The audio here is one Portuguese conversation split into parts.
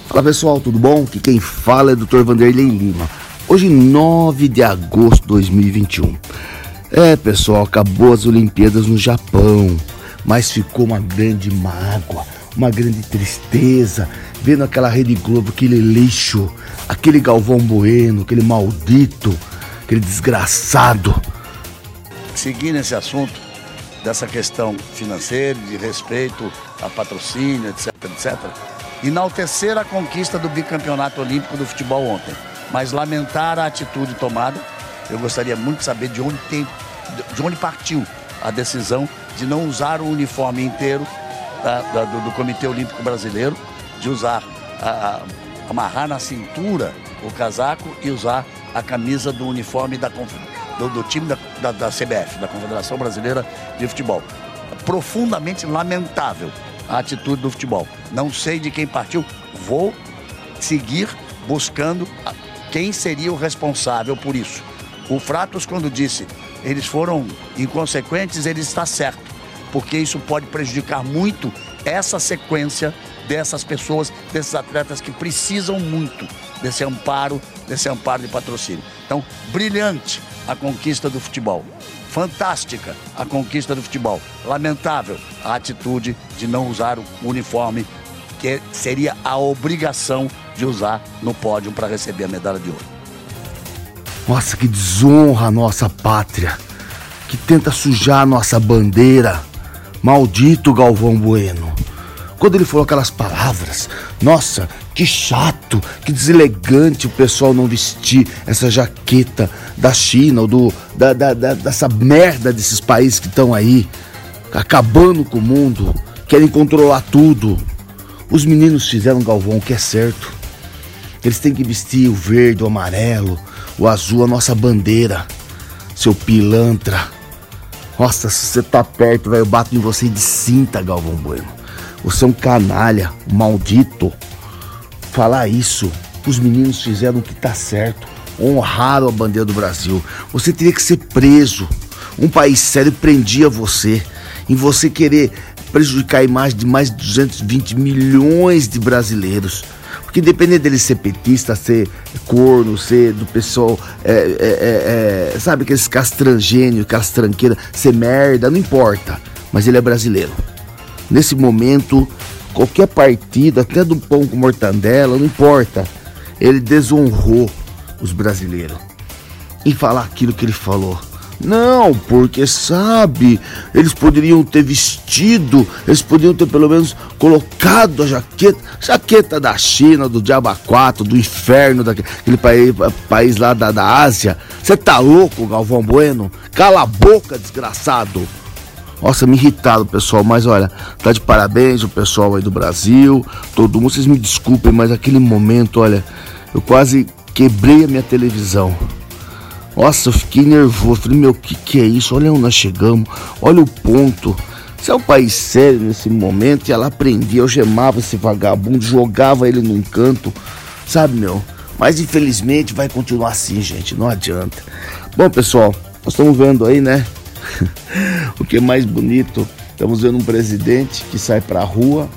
Fala pessoal, tudo bom? Aqui quem fala é o Dr. Vanderlei Lima. Hoje 9 de agosto de 2021. Pessoal, acabou as Olimpíadas no Japão, mas ficou uma grande mágoa, uma grande tristeza, vendo aquela Rede Globo, aquele lixo, aquele Galvão Bueno, aquele maldito, aquele desgraçado. Seguir nesse assunto dessa questão financeira, de respeito a patrocínio, etc, etc, enaltecer a conquista do bicampeonato olímpico do futebol ontem, mas lamentar a atitude tomada. Eu gostaria muito de saber de onde partiu a decisão de não usar o uniforme inteiro do Comitê Olímpico Brasileiro, de usar, amarrar na cintura o casaco e usar a camisa do uniforme do time da CBF, da Confederação Brasileira de Futebol. Profundamente lamentável a atitude do futebol. Não sei de quem partiu, vou seguir buscando quem seria o responsável por isso. O Fratos, quando disse eles foram inconsequentes, ele está certo, porque isso pode prejudicar muito essa sequência dessas pessoas, desses atletas que precisam muito desse amparo de patrocínio. Então, brilhante a conquista do futebol. Fantástica a conquista do futebol. Lamentável a atitude de não usar o uniforme que seria a obrigação de usar no pódio para receber a medalha de ouro. Nossa, que desonra a nossa pátria, que tenta sujar a nossa bandeira. Maldito Galvão Bueno. Quando ele falou aquelas palavras, nossa, que chato, que deselegante o pessoal não vestir essa jaqueta da China ou dessa merda desses países que estão aí, acabando com o mundo, querem controlar tudo. Os meninos fizeram, Galvão, o que é certo. Eles têm que vestir o verde, o amarelo, o azul, a nossa bandeira. Seu pilantra. Nossa, se você tá perto, velho, eu bato em você de cinta, Galvão Bueno. Você é um canalha, um maldito. Falar isso, os meninos fizeram o que tá certo, honraram a bandeira do Brasil. Você teria que ser preso. Um país sério prendia você, em você querer prejudicar a imagem de mais de 220 milhões de brasileiros. Porque independente dele ser petista, ser corno, ser do pessoal, sabe, aqueles castrangênios, castranqueira, ser merda, não importa. Mas ele é brasileiro. Nesse momento, qualquer partido, até do pão com mortandela, não importa. Ele desonrou os brasileiros em falar aquilo que ele falou. Não, porque sabe, eles poderiam ter vestido, eles poderiam ter pelo menos colocado a jaqueta da China, do Diabo 4, do inferno, daquele país lá da Ásia. Você tá louco, Galvão Bueno? Cala a boca, desgraçado. Nossa, me irritaram, pessoal, mas olha, tá de parabéns o pessoal aí do Brasil, todo mundo, vocês me desculpem, mas aquele momento, olha, eu quase quebrei a minha televisão. Nossa, eu fiquei nervoso, falei, meu, que é isso? Olha onde nós chegamos, olha o ponto. Isso é um país sério nesse momento, ia lá prendia, eu gemava esse vagabundo, jogava ele num canto, sabe, meu? Mas infelizmente vai continuar assim, gente, não adianta. Bom, pessoal, nós estamos vendo aí, né? O que é mais bonito, estamos vendo um presidente que sai pra rua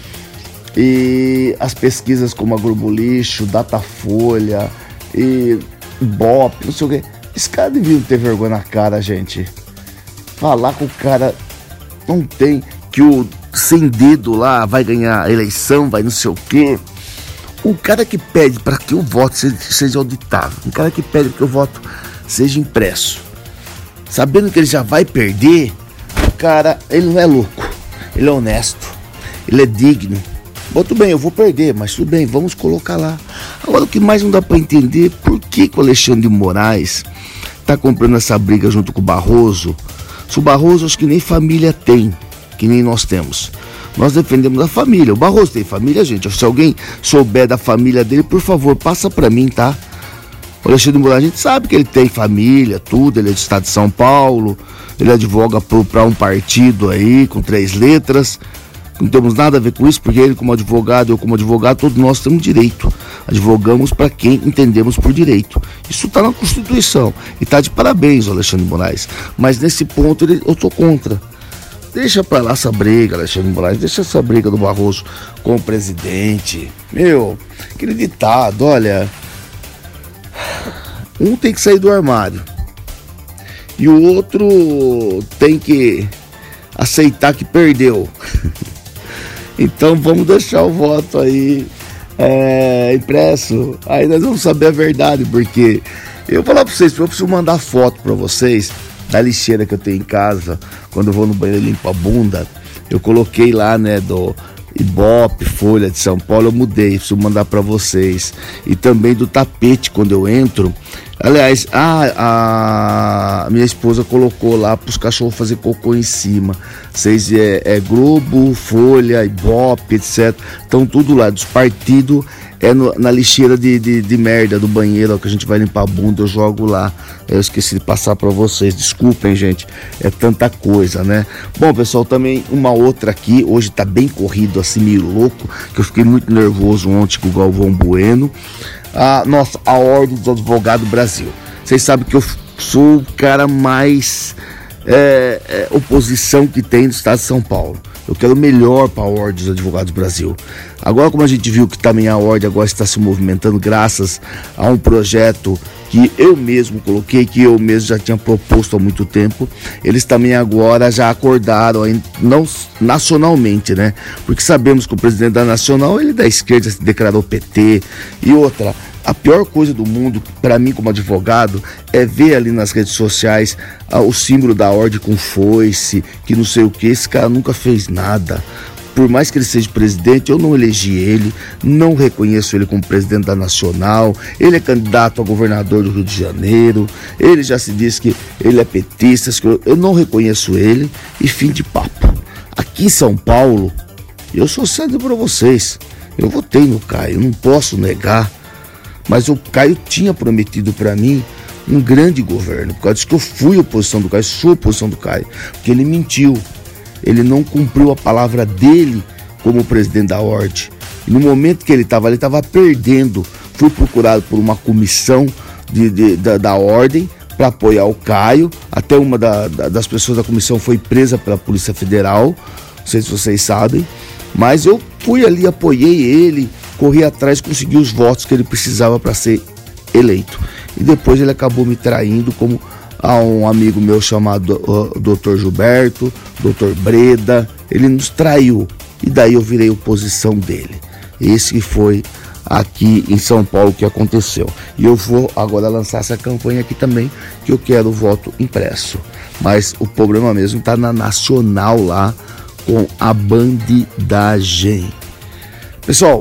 e as pesquisas como a Globo Lixo, Datafolha e Ibope, não sei o que, esse cara devia ter vergonha na cara, gente. Falar com o cara não tem, que o sem dedo lá vai ganhar a eleição, vai não sei o que. O cara que pede para que o voto seja auditável, o cara que pede para que o voto seja impresso, sabendo que ele já vai perder, o cara, ele não é louco, ele é honesto, ele é digno. Bom, tudo bem, eu vou perder, mas tudo bem, vamos colocar lá. Agora, o que mais não dá para entender, por que o Alexandre de Moraes tá comprando essa briga junto com o Barroso? Se o Barroso, acho que nem família tem, que nem nós temos. Nós defendemos a família. O Barroso tem família, gente. Se alguém souber da família dele, por favor, passa para mim, tá? O Alexandre de Moraes, a gente sabe que ele tem família, tudo, ele é do estado de São Paulo, ele advoga para um partido aí, com 3 letras, não temos nada a ver com isso, porque ele como advogado, eu como advogado, todos nós temos direito, advogamos para quem entendemos por direito, isso está na Constituição, e está de parabéns o Alexandre de Moraes, mas nesse ponto eu sou contra, deixa pra lá essa briga, Alexandre Moraes, deixa essa briga do Barroso com o presidente. Meu, aquele ditado, olha, um tem que sair do armário e o outro tem que aceitar que perdeu. Então vamos deixar o voto aí impresso, aí nós vamos saber a verdade, porque eu vou falar pra vocês, eu preciso mandar foto pra vocês da lixeira que eu tenho em casa. Quando eu vou no banheiro e limpo a bunda, eu coloquei lá, né, do Ibope, Folha de São Paulo, eu mudei, preciso mandar pra vocês. E também do tapete quando eu entro. Aliás, a minha esposa colocou lá pros cachorros fazer cocô em cima. Vocês Globo, Folha, Ibope, etc. Estão tudo lá, dos partidos na lixeira de merda do banheiro, ó, que a gente vai limpar a bunda, eu jogo lá. Eu esqueci de passar pra vocês, desculpem, gente, é tanta coisa, né? Bom, pessoal, também uma outra aqui, hoje tá bem corrido, assim, meio louco, que eu fiquei muito nervoso ontem com o Galvão Bueno. A Ordem dos Advogados do Brasil. Vocês sabem que eu sou o cara mais oposição que tem no estado de São Paulo. Eu quero o melhor para a Ordem dos Advogados do Brasil. Agora, como a gente viu que também a Ordem agora está se movimentando graças a um projeto que eu mesmo coloquei, que eu mesmo já tinha proposto há muito tempo, eles também agora já acordaram, não nacionalmente, né? Porque sabemos que o presidente da Nacional, ele da esquerda, se declarou PT. E outra, a pior coisa do mundo, para mim como advogado, é ver ali nas redes sociais o símbolo da Ordem com foice, que não sei o que. Esse cara nunca fez nada. Por mais que ele seja presidente, eu não elegi ele, não reconheço ele como presidente da Nacional. Ele é candidato a governador do Rio de Janeiro, ele já se diz que ele é petista, eu não reconheço ele, e fim de papo. Aqui em São Paulo, eu sou sério para vocês, eu votei no Caio, não posso negar, mas o Caio tinha prometido para mim um grande governo, por causa disso que eu fui oposição do Caio, sou oposição do Caio, porque ele mentiu. Ele não cumpriu a palavra dele como presidente da Ordem. E no momento que ele estava perdendo. Fui procurado por uma comissão da Ordem para apoiar o Caio. Até uma das pessoas da comissão foi presa pela Polícia Federal. Não sei se vocês sabem. Mas eu fui ali, apoiei ele, corri atrás, consegui os votos que ele precisava para ser eleito. E depois ele acabou me traindo como a um amigo meu chamado Dr. Gilberto, Dr. Breda. Ele nos traiu e daí eu virei oposição dele. Esse que foi aqui em São Paulo que aconteceu. E eu vou agora lançar essa campanha aqui também, que eu quero o voto impresso. Mas o problema mesmo está na Nacional lá, com a bandidagem. Pessoal,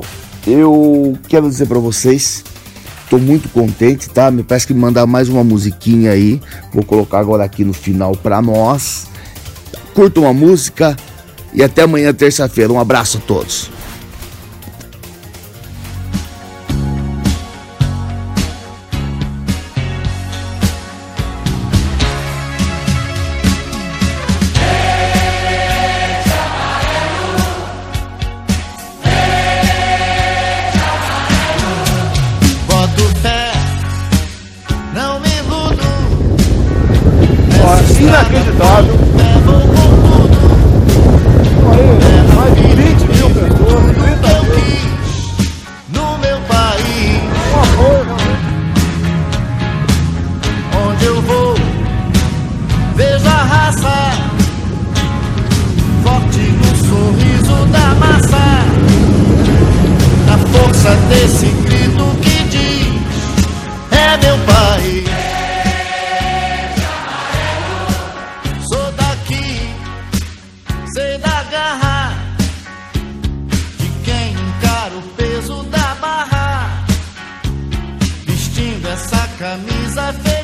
eu quero dizer para vocês, tô muito contente, tá? Me parece que me mandar mais uma musiquinha aí. Vou colocar agora aqui no final pra nós. Curtam a música e até amanhã, terça-feira. Um abraço a todos. Inacreditável. Mais de 20 mil pessoas, 30 mil. No meu país, Um apoio, realmente. onde eu vou, vejo a raça forte no sorriso da massa, na força desse grito que diz: é meu país. Sei da garra de quem encara o peso da barra, vestindo essa camisa